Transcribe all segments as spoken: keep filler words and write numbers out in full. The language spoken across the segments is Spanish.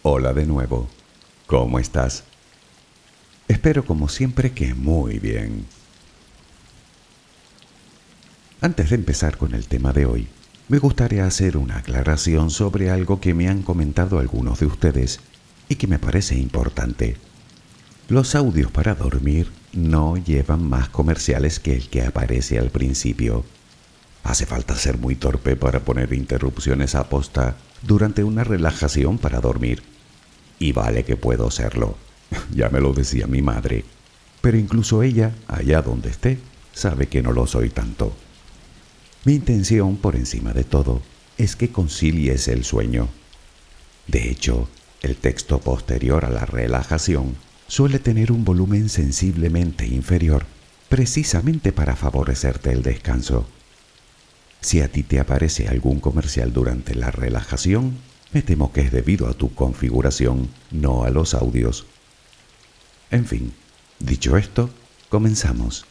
Hola de nuevo. ¿Cómo estás? Espero como siempre que muy bien. Antes de empezar con el tema de hoy, me gustaría hacer una aclaración sobre algo que me han comentado algunos de ustedes y que me parece importante. Los audios para dormir no llevan más comerciales que el que aparece al principio. Hace falta ser muy torpe para poner interrupciones a posta durante una relajación para dormir. Y vale que puedo serlo. Ya me lo decía mi madre. Pero incluso ella, allá donde esté, sabe que no lo soy tanto. Mi intención, por encima de todo, es que concilies el sueño. De hecho, el texto posterior a la relajación suele tener un volumen sensiblemente inferior, precisamente para favorecerte el descanso. Si a ti te aparece algún comercial durante la relajación, me temo que es debido a tu configuración, no a los audios. En fin, dicho esto, comenzamos.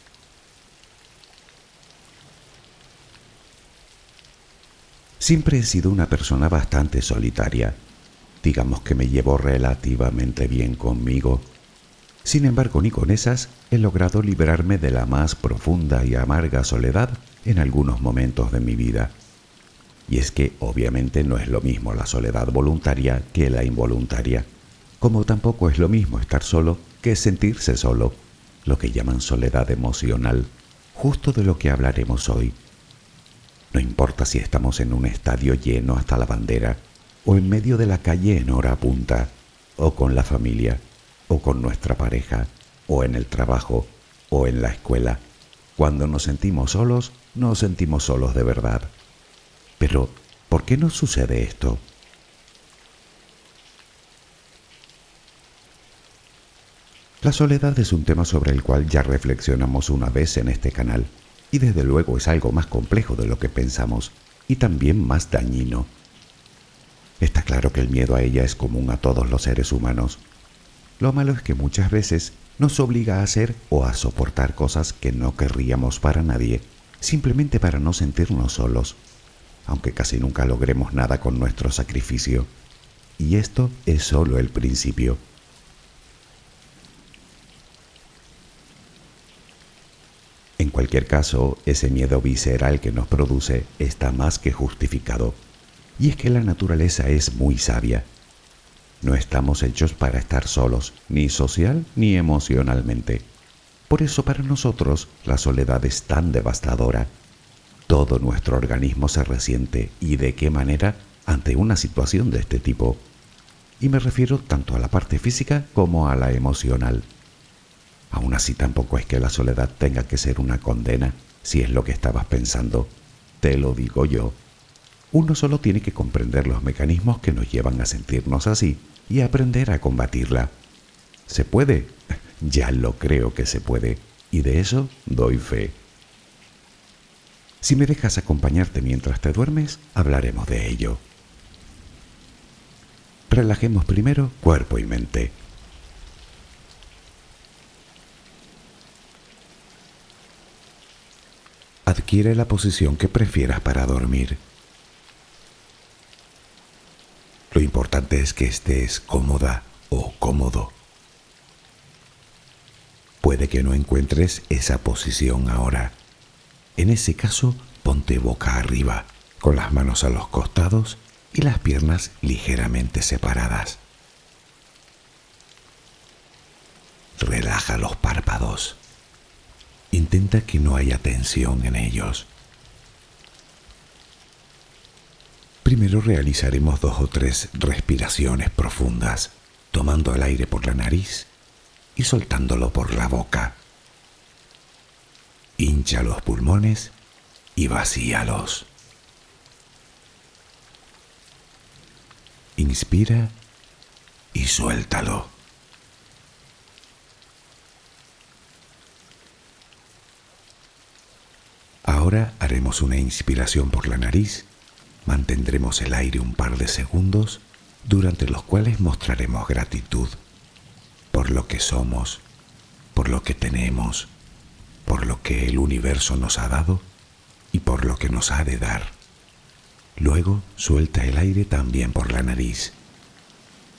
Siempre he sido una persona bastante solitaria. Digamos que me llevo relativamente bien conmigo. Sin embargo, ni con esas he logrado librarme de la más profunda y amarga soledad en algunos momentos de mi vida. Y es que obviamente no es lo mismo la soledad voluntaria que la involuntaria, como tampoco es lo mismo estar solo que sentirse solo, lo que llaman soledad emocional, justo de lo que hablaremos hoy. No importa si estamos en un estadio lleno hasta la bandera, o en medio de la calle en hora punta, o con la familia, o con nuestra pareja, o en el trabajo, o en la escuela. Cuando nos sentimos solos, nos sentimos solos de verdad. Pero, ¿por qué nos sucede esto? La soledad es un tema sobre el cual ya reflexionamos una vez en este canal, y desde luego es algo más complejo de lo que pensamos, y también más dañino. Está claro que el miedo a ella es común a todos los seres humanos. Lo malo es que muchas veces nos obliga a hacer o a soportar cosas que no querríamos para nadie, simplemente para no sentirnos solos, aunque casi nunca logremos nada con nuestro sacrificio. Y esto es solo el principio. En cualquier caso, ese miedo visceral que nos produce está más que justificado. Y es que la naturaleza es muy sabia. No estamos hechos para estar solos, ni social ni emocionalmente. Por eso para nosotros la soledad es tan devastadora. Todo nuestro organismo se resiente, ¿y de qué manera?, ante una situación de este tipo. Y me refiero tanto a la parte física como a la emocional. Aún así tampoco es que la soledad tenga que ser una condena, si es lo que estabas pensando. Te lo digo yo. Uno solo tiene que comprender los mecanismos que nos llevan a sentirnos así y aprender a combatirla. ¿Se puede? Ya lo creo que se puede, y de eso doy fe. Si me dejas acompañarte mientras te duermes, hablaremos de ello. Relajemos primero cuerpo y mente. Adquiere la posición que prefieras para dormir. Lo importante es que estés cómoda o cómodo. Puede que no encuentres esa posición ahora. En ese caso, ponte boca arriba, con las manos a los costados y las piernas ligeramente separadas. Relaja los párpados. Intenta que no haya tensión en ellos. Primero realizaremos dos o tres respiraciones profundas, tomando el aire por la nariz y soltándolo por la boca. Hincha los pulmones y vacíalos. Inspira y suéltalo. Ahora haremos una inspiración por la nariz. Mantendremos el aire un par de segundos, durante los cuales mostraremos gratitud por lo que somos, por lo que tenemos, por lo que el universo nos ha dado y por lo que nos ha de dar. Luego suelta el aire también por la nariz.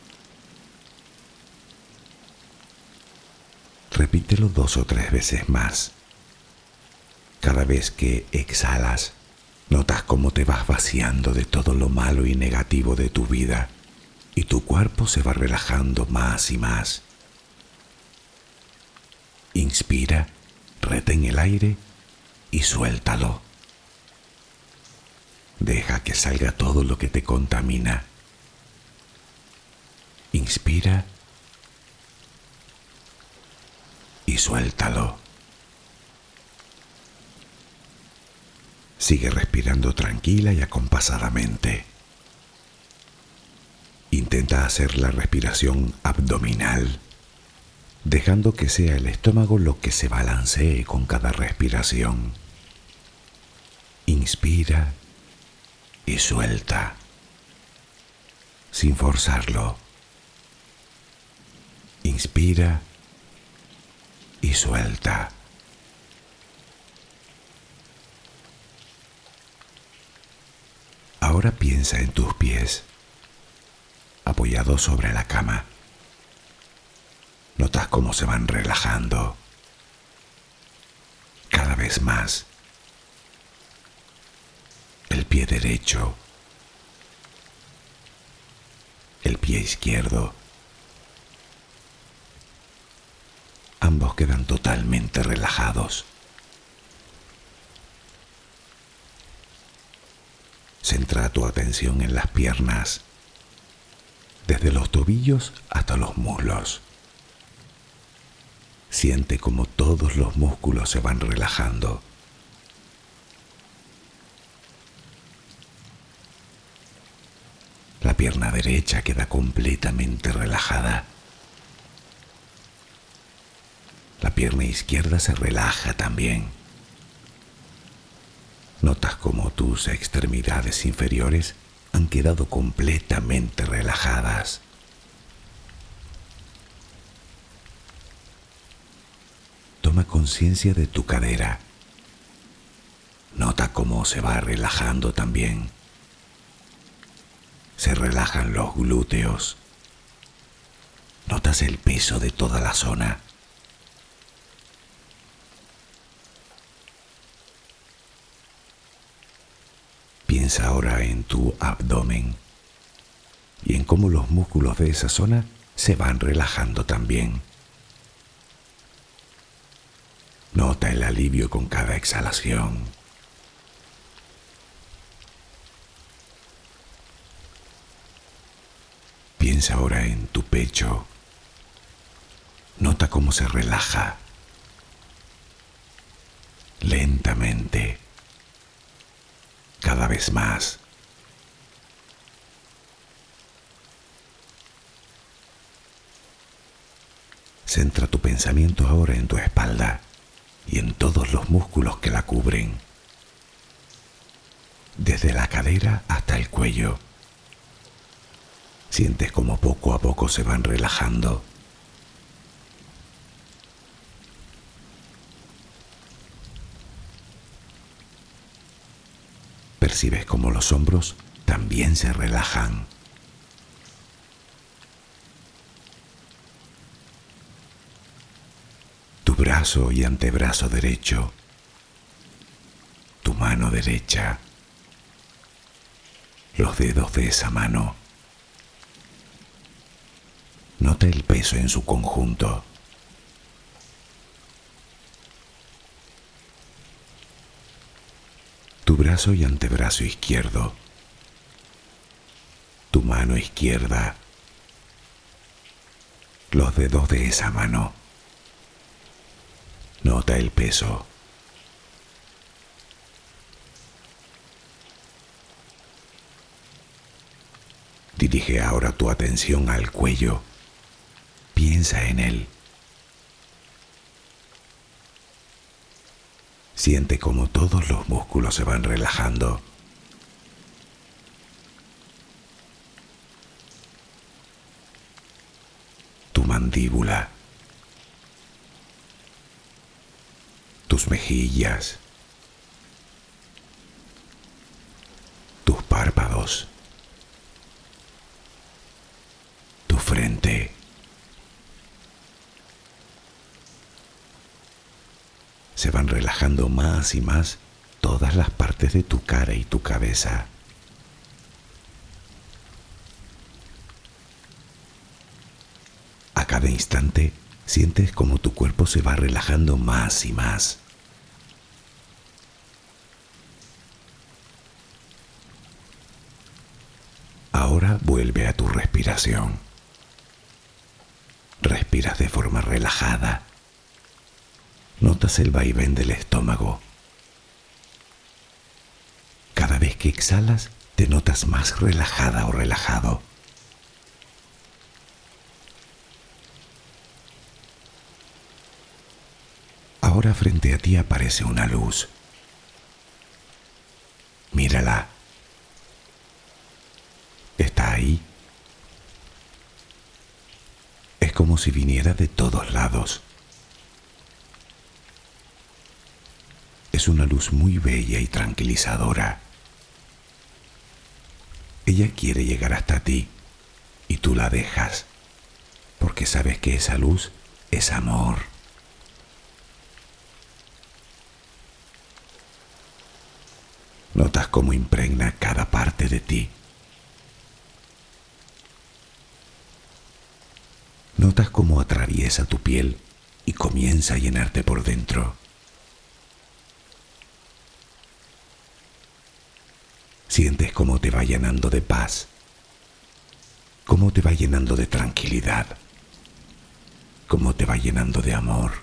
Repítelo dos o tres veces más. Cada vez que exhalas, notas cómo te vas vaciando de todo lo malo y negativo de tu vida y tu cuerpo se va relajando más y más. Inspira, retén el aire y suéltalo. Deja que salga todo lo que te contamina. Inspira y suéltalo. Sigue respirando tranquila y acompasadamente. Intenta hacer la respiración abdominal, dejando que sea el estómago lo que se balancee con cada respiración. Inspira y suelta, sin forzarlo. Inspira y suelta. Ahora piensa en tus pies, apoyados sobre la cama. Notas cómo se van relajando cada vez más. El pie derecho, el pie izquierdo. Ambos quedan totalmente relajados. Centra tu atención en las piernas, desde los tobillos hasta los muslos. Siente como todos los músculos se van relajando. La pierna derecha queda completamente relajada. La pierna izquierda se relaja también. Notas como tus extremidades inferiores han quedado completamente relajadas. Toma conciencia de tu cadera. Nota cómo se va relajando también. Se relajan los glúteos. Notas el peso de toda la zona. Piensa ahora en tu abdomen y en cómo los músculos de esa zona se van relajando también. Nota el alivio con cada exhalación. Piensa ahora en tu pecho. Nota cómo se relaja lentamente, cada vez más. Centra tu pensamiento ahora en tu espalda y en todos los músculos que la cubren, desde la cadera hasta el cuello. Sientes como poco a poco se van relajando. Percibes como los hombros también se relajan. Tu brazo y antebrazo derecho, tu mano derecha, los dedos de esa mano. Nota el peso en su conjunto. Tu brazo y antebrazo izquierdo, tu mano izquierda, los dedos de esa mano. Nota el peso. Dirige ahora tu atención al cuello. Piensa en él. Siente como todos los músculos se van relajando. Tu mandíbula, tus mejillas, tus párpados, tu frente, se van relajando más y más todas las partes de tu cara y tu cabeza. A cada instante sientes como tu cuerpo se va relajando más y más. Ahora vuelve a tu respiración. Respiras de forma relajada. Notas el vaivén del estómago. Cada vez que exhalas, te notas más relajada o relajado. Ahora frente a ti aparece una luz. Mírala. Está ahí. Es como si viniera de todos lados. Es una luz muy bella y tranquilizadora. Ella quiere llegar hasta ti y tú la dejas, porque sabes que esa luz es amor. Notas cómo impregna cada parte de ti. Notas cómo atraviesa tu piel y comienza a llenarte por dentro. Sientes cómo te va llenando de paz, cómo te va llenando de tranquilidad, cómo te va llenando de amor.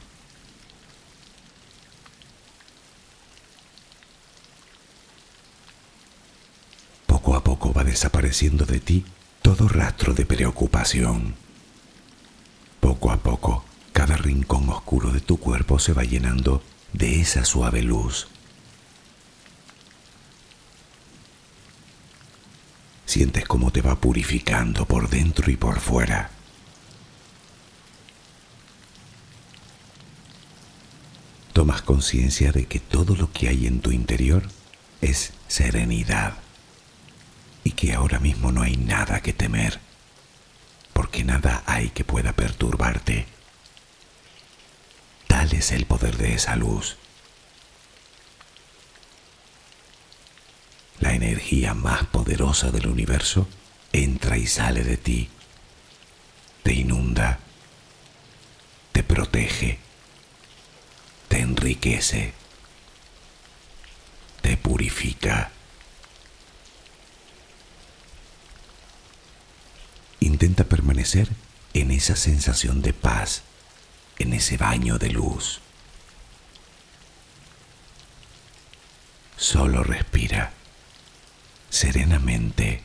Poco a poco va desapareciendo de ti todo rastro de preocupación. Poco a poco, cada rincón oscuro de tu cuerpo se va llenando de esa suave luz. Sientes cómo te va purificando por dentro y por fuera. Tomas conciencia de que todo lo que hay en tu interior es serenidad y que ahora mismo no hay nada que temer, porque nada hay que pueda perturbarte. Tal es el poder de esa luz. La energía más poderosa del universo entra y sale de ti, te inunda, te protege, te enriquece, te purifica. Intenta permanecer en esa sensación de paz, en ese baño de luz. Solo respira serenamente.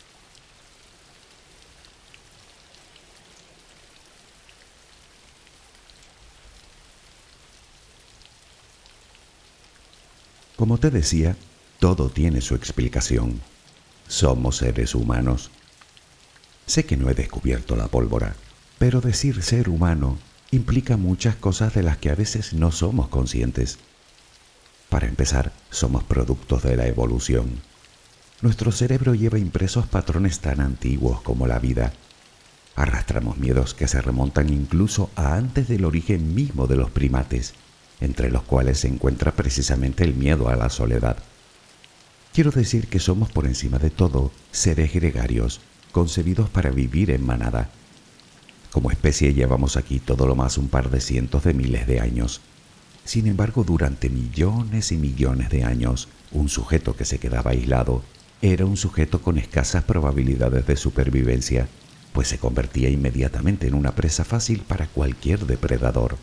Como te decía, todo tiene su explicación. Somos seres humanos. Sé que no he descubierto la pólvora, pero decir ser humano implica muchas cosas de las que a veces no somos conscientes. Para empezar, somos productos de la evolución. Nuestro cerebro lleva impresos patrones tan antiguos como la vida. Arrastramos miedos que se remontan incluso a antes del origen mismo de los primates, entre los cuales se encuentra precisamente el miedo a la soledad. Quiero decir que somos por encima de todo seres gregarios, concebidos para vivir en manada. Como especie llevamos aquí todo lo más un par de cientos de miles de años. Sin embargo, durante millones y millones de años, un sujeto que se quedaba aislado era un sujeto con escasas probabilidades de supervivencia, pues se convertía inmediatamente en una presa fácil para cualquier depredador.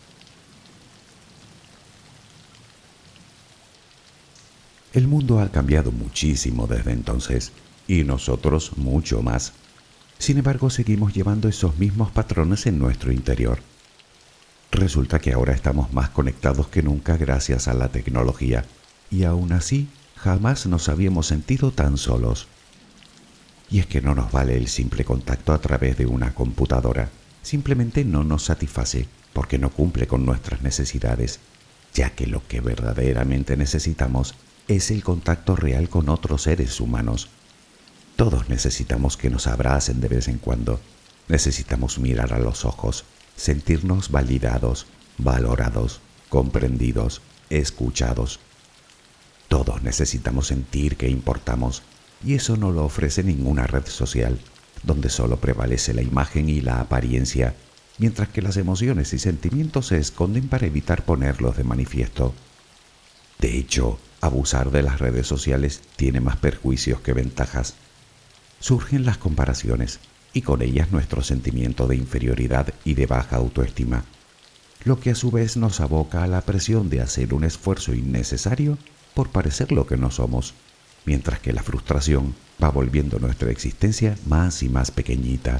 El mundo ha cambiado muchísimo desde entonces, y nosotros mucho más. Sin embargo, seguimos llevando esos mismos patrones en nuestro interior. Resulta que ahora estamos más conectados que nunca gracias a la tecnología, y aún así jamás nos habíamos sentido tan solos. Y es que no nos vale el simple contacto a través de una computadora. Simplemente no nos satisface porque no cumple con nuestras necesidades, ya que lo que verdaderamente necesitamos es el contacto real con otros seres humanos. Todos necesitamos que nos abracen de vez en cuando. Necesitamos mirar a los ojos, sentirnos validados, valorados, comprendidos, escuchados. Todos necesitamos sentir que importamos, y eso no lo ofrece ninguna red social, donde solo prevalece la imagen y la apariencia, mientras que las emociones y sentimientos se esconden para evitar ponerlos de manifiesto. De hecho, abusar de las redes sociales tiene más perjuicios que ventajas. Surgen las comparaciones, y con ellas nuestro sentimiento de inferioridad y de baja autoestima, lo que a su vez nos aboca a la presión de hacer un esfuerzo innecesario por parecer lo que no somos, mientras que la frustración va volviendo nuestra existencia más y más pequeñita.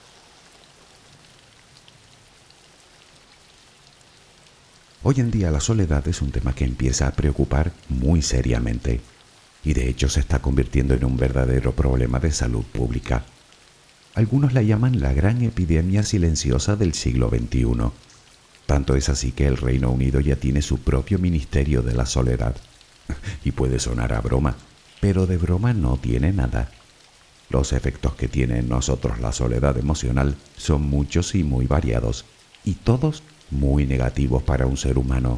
Hoy en día la soledad es un tema que empieza a preocupar muy seriamente, y de hecho se está convirtiendo en un verdadero problema de salud pública. Algunos la llaman la gran epidemia silenciosa del siglo veintiuno. Tanto es así que el Reino Unido ya tiene su propio Ministerio de la Soledad. Y puede sonar a broma, pero de broma no tiene nada. Los efectos que tiene en nosotros la soledad emocional son muchos y muy variados, y todos muy negativos para un ser humano.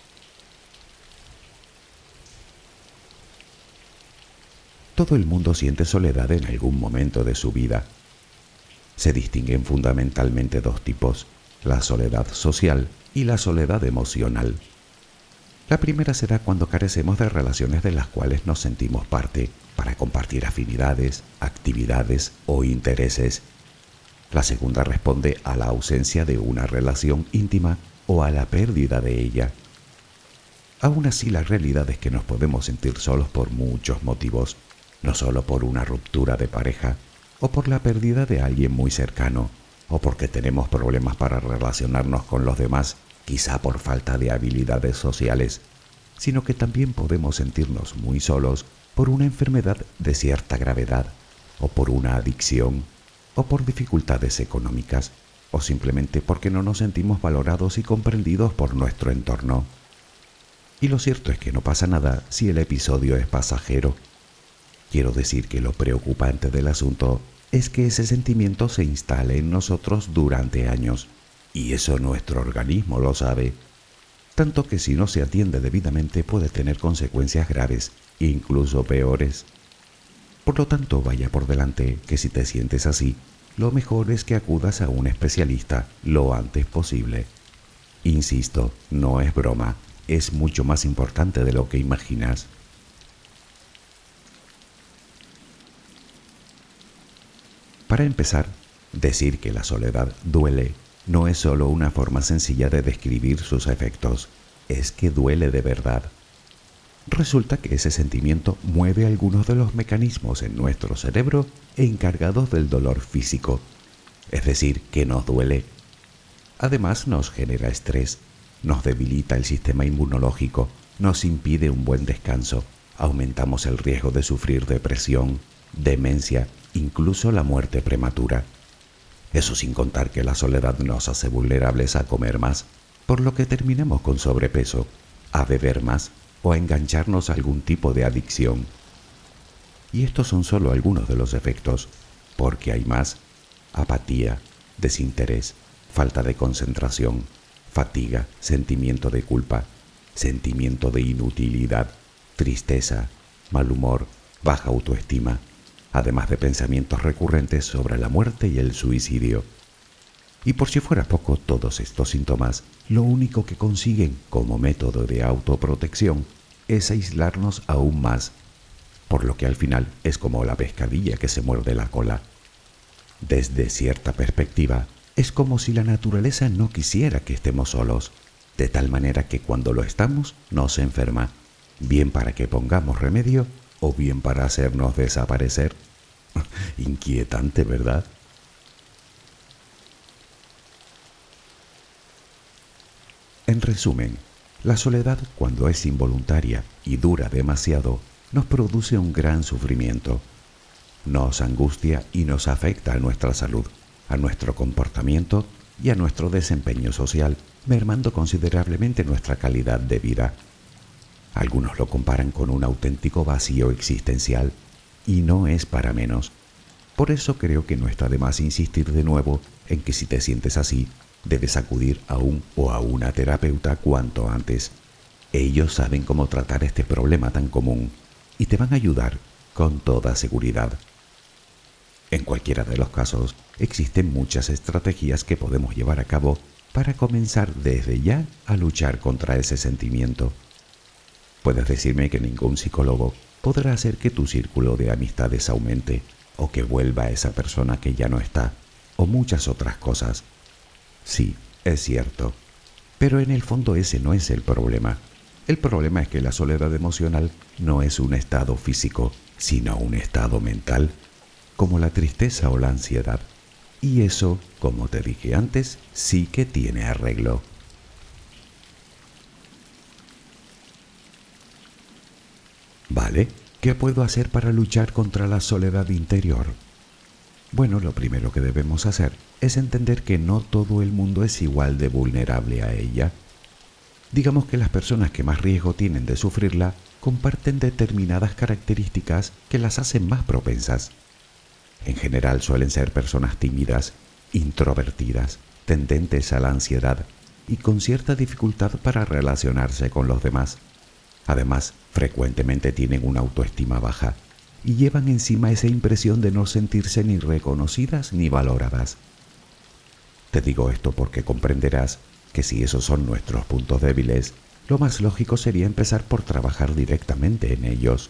Todo el mundo siente soledad en algún momento de su vida. Se distinguen fundamentalmente dos tipos, la soledad social y la soledad emocional. La primera se da cuando carecemos de relaciones de las cuales nos sentimos parte, para compartir afinidades, actividades o intereses. La segunda responde a la ausencia de una relación íntima o a la pérdida de ella. Aún así, la realidad es que nos podemos sentir solos por muchos motivos, no solo por una ruptura de pareja, o por la pérdida de alguien muy cercano, o porque tenemos problemas para relacionarnos con los demás, quizá por falta de habilidades sociales, sino que también podemos sentirnos muy solos por una enfermedad de cierta gravedad, o por una adicción, o por dificultades económicas, o simplemente porque no nos sentimos valorados y comprendidos por nuestro entorno. Y lo cierto es que no pasa nada si el episodio es pasajero. Quiero decir que lo preocupante del asunto es que ese sentimiento se instale en nosotros durante años, y eso nuestro organismo lo sabe, tanto que si no se atiende debidamente puede tener consecuencias graves, incluso peores. Por lo tanto, vaya por delante que si te sientes así, lo mejor es que acudas a un especialista lo antes posible. Insisto, no es broma, es mucho más importante de lo que imaginas. Para empezar, decir que la soledad duele no es solo una forma sencilla de describir sus efectos, es que duele de verdad. Resulta que ese sentimiento mueve algunos de los mecanismos en nuestro cerebro encargados del dolor físico, es decir, que nos duele. Además nos genera estrés, nos debilita el sistema inmunológico, nos impide un buen descanso, aumentamos el riesgo de sufrir depresión, demencia, incluso la muerte prematura. Eso sin contar que la soledad nos hace vulnerables a comer más, por lo que terminamos con sobrepeso, a beber más o a engancharnos a algún tipo de adicción. Y estos son solo algunos de los efectos, porque hay más: apatía, desinterés, falta de concentración, fatiga, sentimiento de culpa, sentimiento de inutilidad, tristeza, mal humor, baja autoestima, además de pensamientos recurrentes sobre la muerte y el suicidio. Y por si fuera poco, todos estos síntomas lo único que consiguen como método de autoprotección es aislarnos aún más, por lo que al final es como la pescadilla que se muerde la cola. Desde cierta perspectiva, es como si la naturaleza no quisiera que estemos solos, de tal manera que cuando lo estamos nos enferma, bien para que pongamos remedio o bien para hacernos desaparecer. Inquietante, ¿verdad? En resumen, la soledad, cuando es involuntaria y dura demasiado, nos produce un gran sufrimiento. Nos angustia y nos afecta a nuestra salud, a nuestro comportamiento y a nuestro desempeño social, mermando considerablemente nuestra calidad de vida. Algunos lo comparan con un auténtico vacío existencial, y no es para menos. Por eso creo que no está de más insistir de nuevo en que si te sientes así, Debes acudir a un o a una terapeuta cuanto antes. Ellos saben cómo tratar este problema tan común y te van a ayudar con toda seguridad. En cualquiera de los casos, existen muchas estrategias que podemos llevar a cabo para comenzar desde ya a luchar contra ese sentimiento. Puedes decirme que ningún psicólogo podrá hacer que tu círculo de amistades aumente, o que vuelva a esa persona que ya no está, o muchas otras cosas. Sí, es cierto, pero en el fondo ese no es el problema. El problema es que la soledad emocional no es un estado físico, sino un estado mental, como la tristeza o la ansiedad. Y eso, como te dije antes, sí que tiene arreglo. Vale, ¿qué puedo hacer para luchar contra la soledad interior? Bueno, lo primero que debemos hacer es entender que no todo el mundo es igual de vulnerable a ella. Digamos que las personas que más riesgo tienen de sufrirla comparten determinadas características que las hacen más propensas. En general suelen ser personas tímidas, introvertidas, tendentes a la ansiedad y con cierta dificultad para relacionarse con los demás. Además, frecuentemente tienen una autoestima baja y llevan encima esa impresión de no sentirse ni reconocidas ni valoradas. Te digo esto porque comprenderás que si esos son nuestros puntos débiles, lo más lógico sería empezar por trabajar directamente en ellos.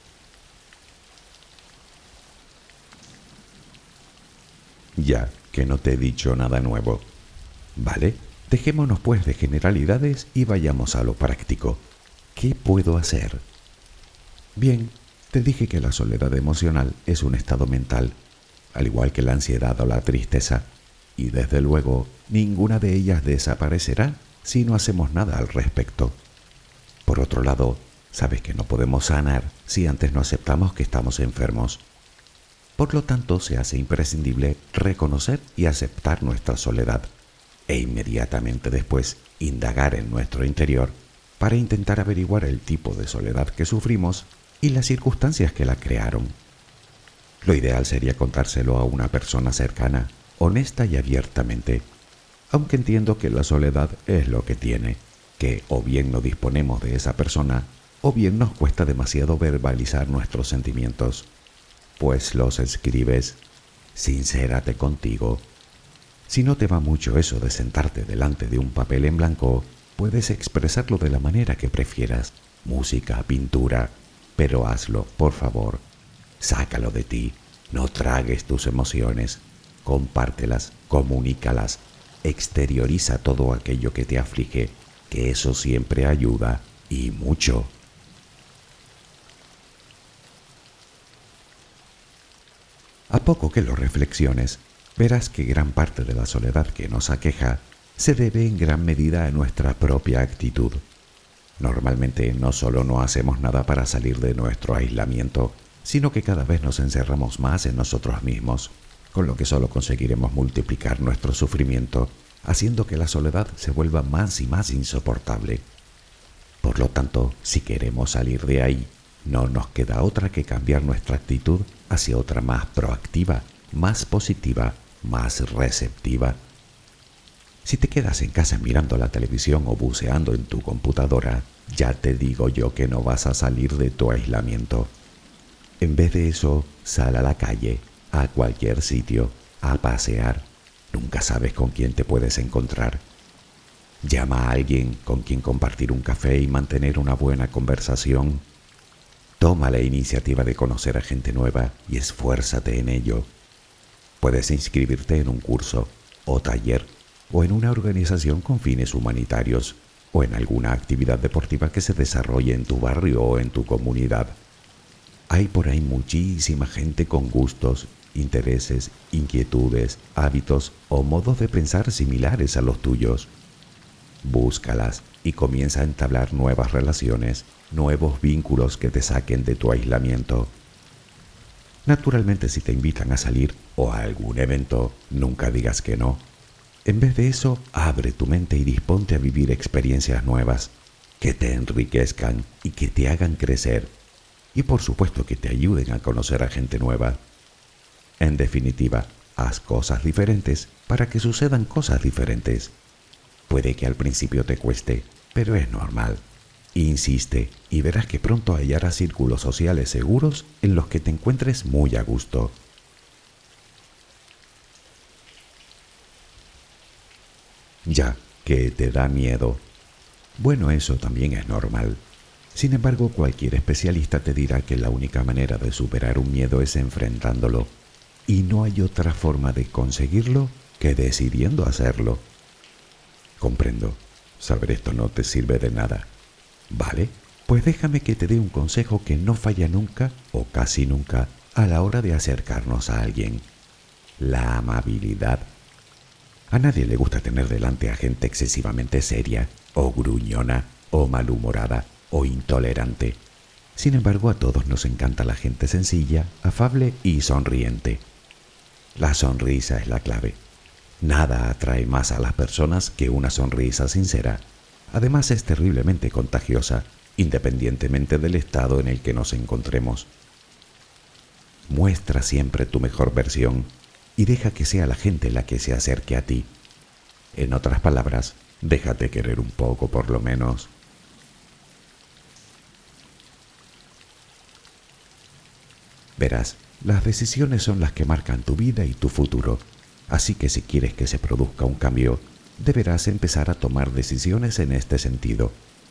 Ya que no te he dicho nada nuevo. Vale, dejémonos pues de generalidades y vayamos a lo práctico. ¿Qué puedo hacer? Bien, te dije que la soledad emocional es un estado mental, al igual que la ansiedad o la tristeza, y desde luego ninguna de ellas desaparecerá si no hacemos nada al respecto. Por otro lado, sabes que no podemos sanar si antes no aceptamos que estamos enfermos. Por lo tanto, se hace imprescindible reconocer y aceptar nuestra soledad e inmediatamente después indagar en nuestro interior para intentar averiguar el tipo de soledad que sufrimos y las circunstancias que la crearon. Lo ideal sería contárselo a una persona cercana, honesta y abiertamente, aunque entiendo que la soledad es lo que tiene, que o bien no disponemos de esa persona o bien nos cuesta demasiado verbalizar nuestros sentimientos. Pues los escribes, sincérate contigo. Si no te va mucho eso de sentarte delante de un papel en blanco, puedes expresarlo de la manera que prefieras, música, pintura, pero hazlo, por favor. Sácalo de ti, no tragues tus emociones, compártelas, comunícalas, exterioriza todo aquello que te aflige, que eso siempre ayuda, y mucho. A poco que lo reflexiones, verás que gran parte de la soledad que nos aqueja se debe en gran medida a nuestra propia actitud. Normalmente no solo no hacemos nada para salir de nuestro aislamiento, sino que cada vez nos encerramos más en nosotros mismos, con lo que solo conseguiremos multiplicar nuestro sufrimiento, haciendo que la soledad se vuelva más y más insoportable. Por lo tanto, si queremos salir de ahí, no nos queda otra que cambiar nuestra actitud hacia otra más proactiva, más positiva, más receptiva. Si te quedas en casa mirando la televisión o buceando en tu computadora, ya te digo yo que no vas a salir de tu aislamiento. En vez de eso, sal a la calle, a cualquier sitio, a pasear. Nunca sabes con quién te puedes encontrar. Llama a alguien con quien compartir un café y mantener una buena conversación. Toma la iniciativa de conocer a gente nueva y esfuérzate en ello. Puedes inscribirte en un curso o taller o en una organización con fines humanitarios o en alguna actividad deportiva que se desarrolle en tu barrio o en tu comunidad. Hay por ahí muchísima gente con gustos, intereses, inquietudes, hábitos o modos de pensar similares a los tuyos. Búscalas y comienza a entablar nuevas relaciones, nuevos vínculos que te saquen de tu aislamiento. Naturalmente, si te invitan a salir o a algún evento, nunca digas que no. En vez de eso, abre tu mente y disponte a vivir experiencias nuevas que te enriquezcan y que te hagan crecer. Y por supuesto que te ayuden a conocer a gente nueva. En definitiva, haz cosas diferentes para que sucedan cosas diferentes. Puede que al principio te cueste, pero es normal. Insiste y verás que pronto hallarás círculos sociales seguros en los que te encuentres muy a gusto. Ya, que te da miedo. Bueno, eso también es normal. Sin embargo, cualquier especialista te dirá que la única manera de superar un miedo es enfrentándolo, y no hay otra forma de conseguirlo que decidiendo hacerlo. Comprendo. Saber esto no te sirve de nada. ¿Vale? Pues déjame que te dé un consejo que no falla nunca o casi nunca a la hora de acercarnos a alguien. La amabilidad. A nadie le gusta tener delante a gente excesivamente seria, o gruñona, o malhumorada, o intolerante. Sin embargo, a todos nos encanta la gente sencilla, afable y sonriente. La sonrisa es la clave. Nada atrae más a las personas que una sonrisa sincera. Además, es terriblemente contagiosa, independientemente del estado en el que nos encontremos. Muestra siempre tu mejor versión y deja que sea la gente la que se acerque a ti. En otras palabras, déjate querer un poco por lo menos. Verás, las decisiones son las que marcan tu vida y tu futuro, así que si quieres que se produzca un cambio, deberás empezar a tomar decisiones en este sentido.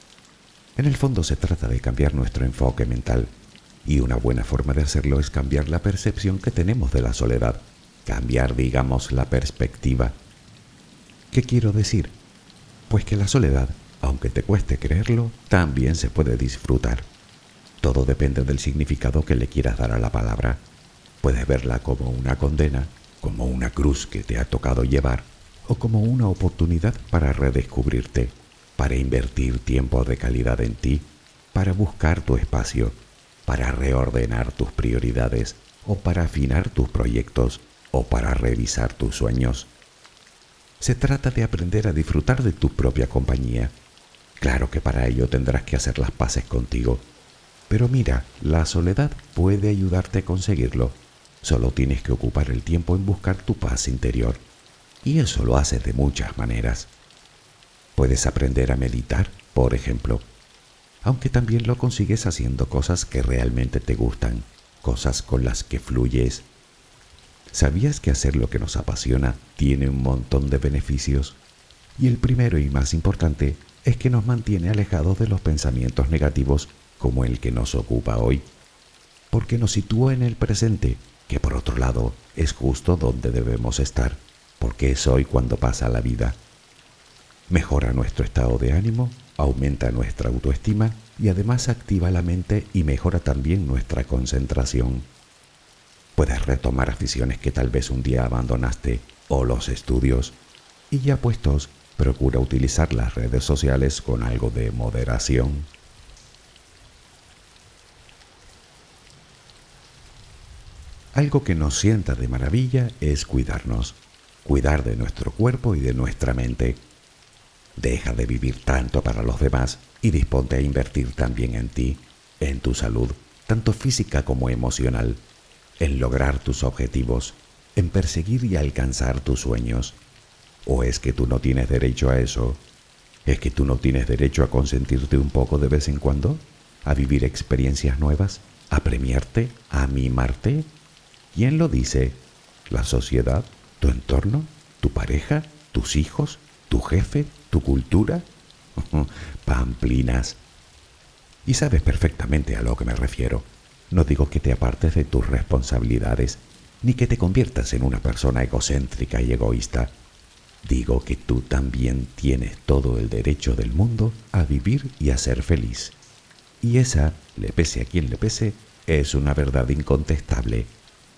En el fondo se trata de cambiar nuestro enfoque mental, y una buena forma de hacerlo es cambiar la percepción que tenemos de la soledad, cambiar, digamos, la perspectiva. ¿Qué quiero decir? Pues que la soledad, aunque te cueste creerlo, también se puede disfrutar. Todo depende del significado que le quieras dar a la palabra. Puedes verla como una condena, como una cruz que te ha tocado llevar, o como una oportunidad para redescubrirte, para invertir tiempo de calidad en ti, para buscar tu espacio, para reordenar tus prioridades, o para afinar tus proyectos, o para revisar tus sueños. Se trata de aprender a disfrutar de tu propia compañía. Claro que para ello tendrás que hacer las paces contigo. Pero mira, la soledad puede ayudarte a conseguirlo. Solo tienes que ocupar el tiempo en buscar tu paz interior. Y eso lo haces de muchas maneras. Puedes aprender a meditar, por ejemplo, aunque también lo consigues haciendo cosas que realmente te gustan, cosas con las que fluyes. ¿Sabías que hacer lo que nos apasiona tiene un montón de beneficios? Y el primero y más importante es que nos mantiene alejados de los pensamientos negativos como el que nos ocupa hoy, porque nos sitúa en el presente, que por otro lado es justo donde debemos estar, porque es hoy cuando pasa la vida. Mejora nuestro estado de ánimo, aumenta nuestra autoestima y además activa la mente y mejora también nuestra concentración. Puedes retomar aficiones que tal vez un día abandonaste o los estudios, y ya puestos, procura utilizar las redes sociales con algo de moderación. Algo que nos sienta de maravilla es cuidarnos, cuidar de nuestro cuerpo y de nuestra mente. Deja de vivir tanto para los demás y disponte a invertir también en ti, en tu salud, tanto física como emocional, en lograr tus objetivos, en perseguir y alcanzar tus sueños. ¿O es que tú no tienes derecho a eso? ¿Es que tú no tienes derecho a consentirte un poco de vez en cuando? ¿A vivir experiencias nuevas? ¿A premiarte? ¿A mimarte? ¿Quién lo dice? ¿La sociedad? ¿Tu entorno? ¿Tu pareja? ¿Tus hijos? ¿Tu jefe? ¿Tu cultura? Pamplinas. Y sabes perfectamente a lo que me refiero. No digo que te apartes de tus responsabilidades, ni que te conviertas en una persona egocéntrica y egoísta. Digo que tú también tienes todo el derecho del mundo a vivir y a ser feliz. Y esa, le pese a quien le pese, es una verdad incontestable.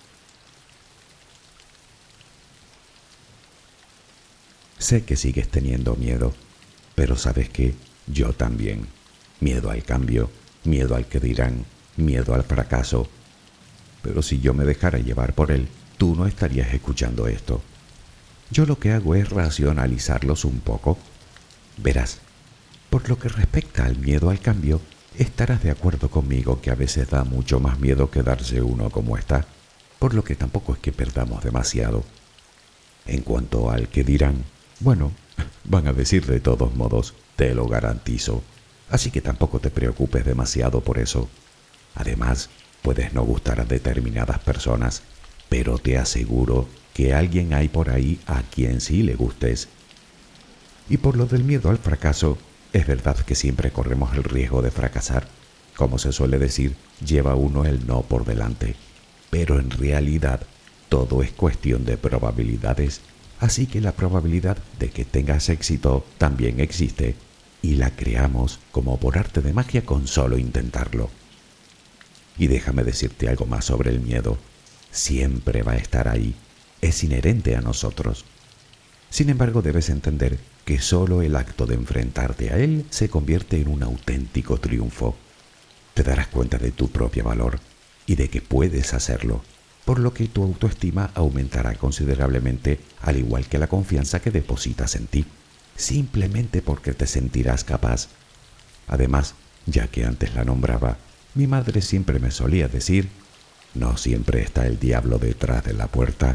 Sé que sigues teniendo miedo, pero ¿sabes qué? Yo también. Miedo al cambio, miedo al que dirán, miedo al fracaso. Pero si yo me dejara llevar por él, tú no estarías escuchando esto. Yo lo que hago es racionalizarlos un poco. Verás, por lo que respecta al miedo al cambio, estarás de acuerdo conmigo que a veces da mucho más miedo quedarse uno como está, por lo que tampoco es que perdamos demasiado. En cuanto al que dirán, bueno, van a decir de todos modos, te lo garantizo. Así que tampoco te preocupes demasiado por eso. Además, puedes no gustar a determinadas personas, pero te aseguro que alguien hay por ahí a quien sí le gustes. Y por lo del miedo al fracaso, es verdad que siempre corremos el riesgo de fracasar. Como se suele decir, lleva uno el no por delante. Pero en realidad, todo es cuestión de probabilidades, así que la probabilidad de que tengas éxito también existe, y la creamos como por arte de magia con solo intentarlo. Y déjame decirte algo más sobre el miedo. Siempre va a estar ahí, es inherente a nosotros. Sin embargo, debes entender que solo el acto de enfrentarte a él se convierte en un auténtico triunfo. Te darás cuenta de tu propio valor y de que puedes hacerlo, por lo que tu autoestima aumentará considerablemente, al igual que la confianza que depositas en ti, simplemente porque te sentirás capaz. Además, ya que antes la nombraba, mi madre siempre me solía decir, no siempre está el diablo detrás de la puerta.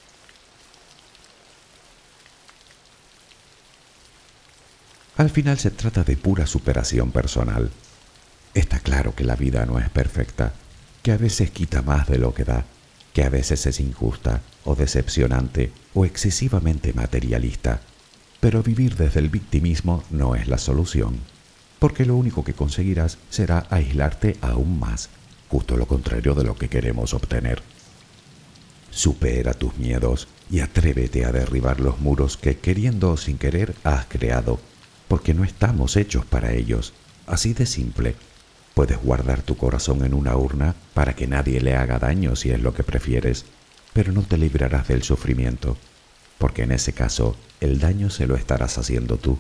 Al final se trata de pura superación personal. Está claro que la vida no es perfecta, que a veces quita más de lo que da, que a veces es injusta o decepcionante o excesivamente materialista. Pero vivir desde el victimismo no es la solución, porque lo único que conseguirás será aislarte aún más, justo lo contrario de lo que queremos obtener. Supera tus miedos y atrévete a derribar los muros que, queriendo o sin querer, has creado, porque no estamos hechos para ellos, así de simple. Puedes guardar tu corazón en una urna para que nadie le haga daño si es lo que prefieres, pero no te librarás del sufrimiento, porque en ese caso el daño se lo estarás haciendo tú.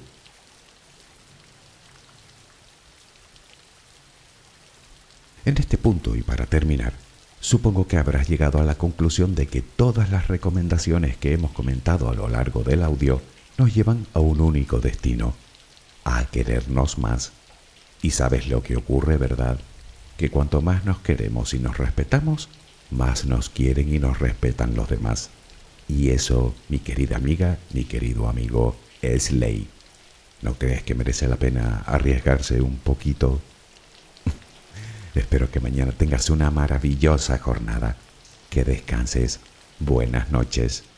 En este punto y para terminar, supongo que habrás llegado a la conclusión de que todas las recomendaciones que hemos comentado a lo largo del audio nos llevan a un único destino, a querernos más. Y sabes lo que ocurre, ¿verdad? Que cuanto más nos queremos y nos respetamos, más nos quieren y nos respetan los demás. Y eso, mi querida amiga, mi querido amigo, es ley. ¿No crees que merece la pena arriesgarse un poquito? Espero que mañana tengas una maravillosa jornada. Que descanses. Buenas noches.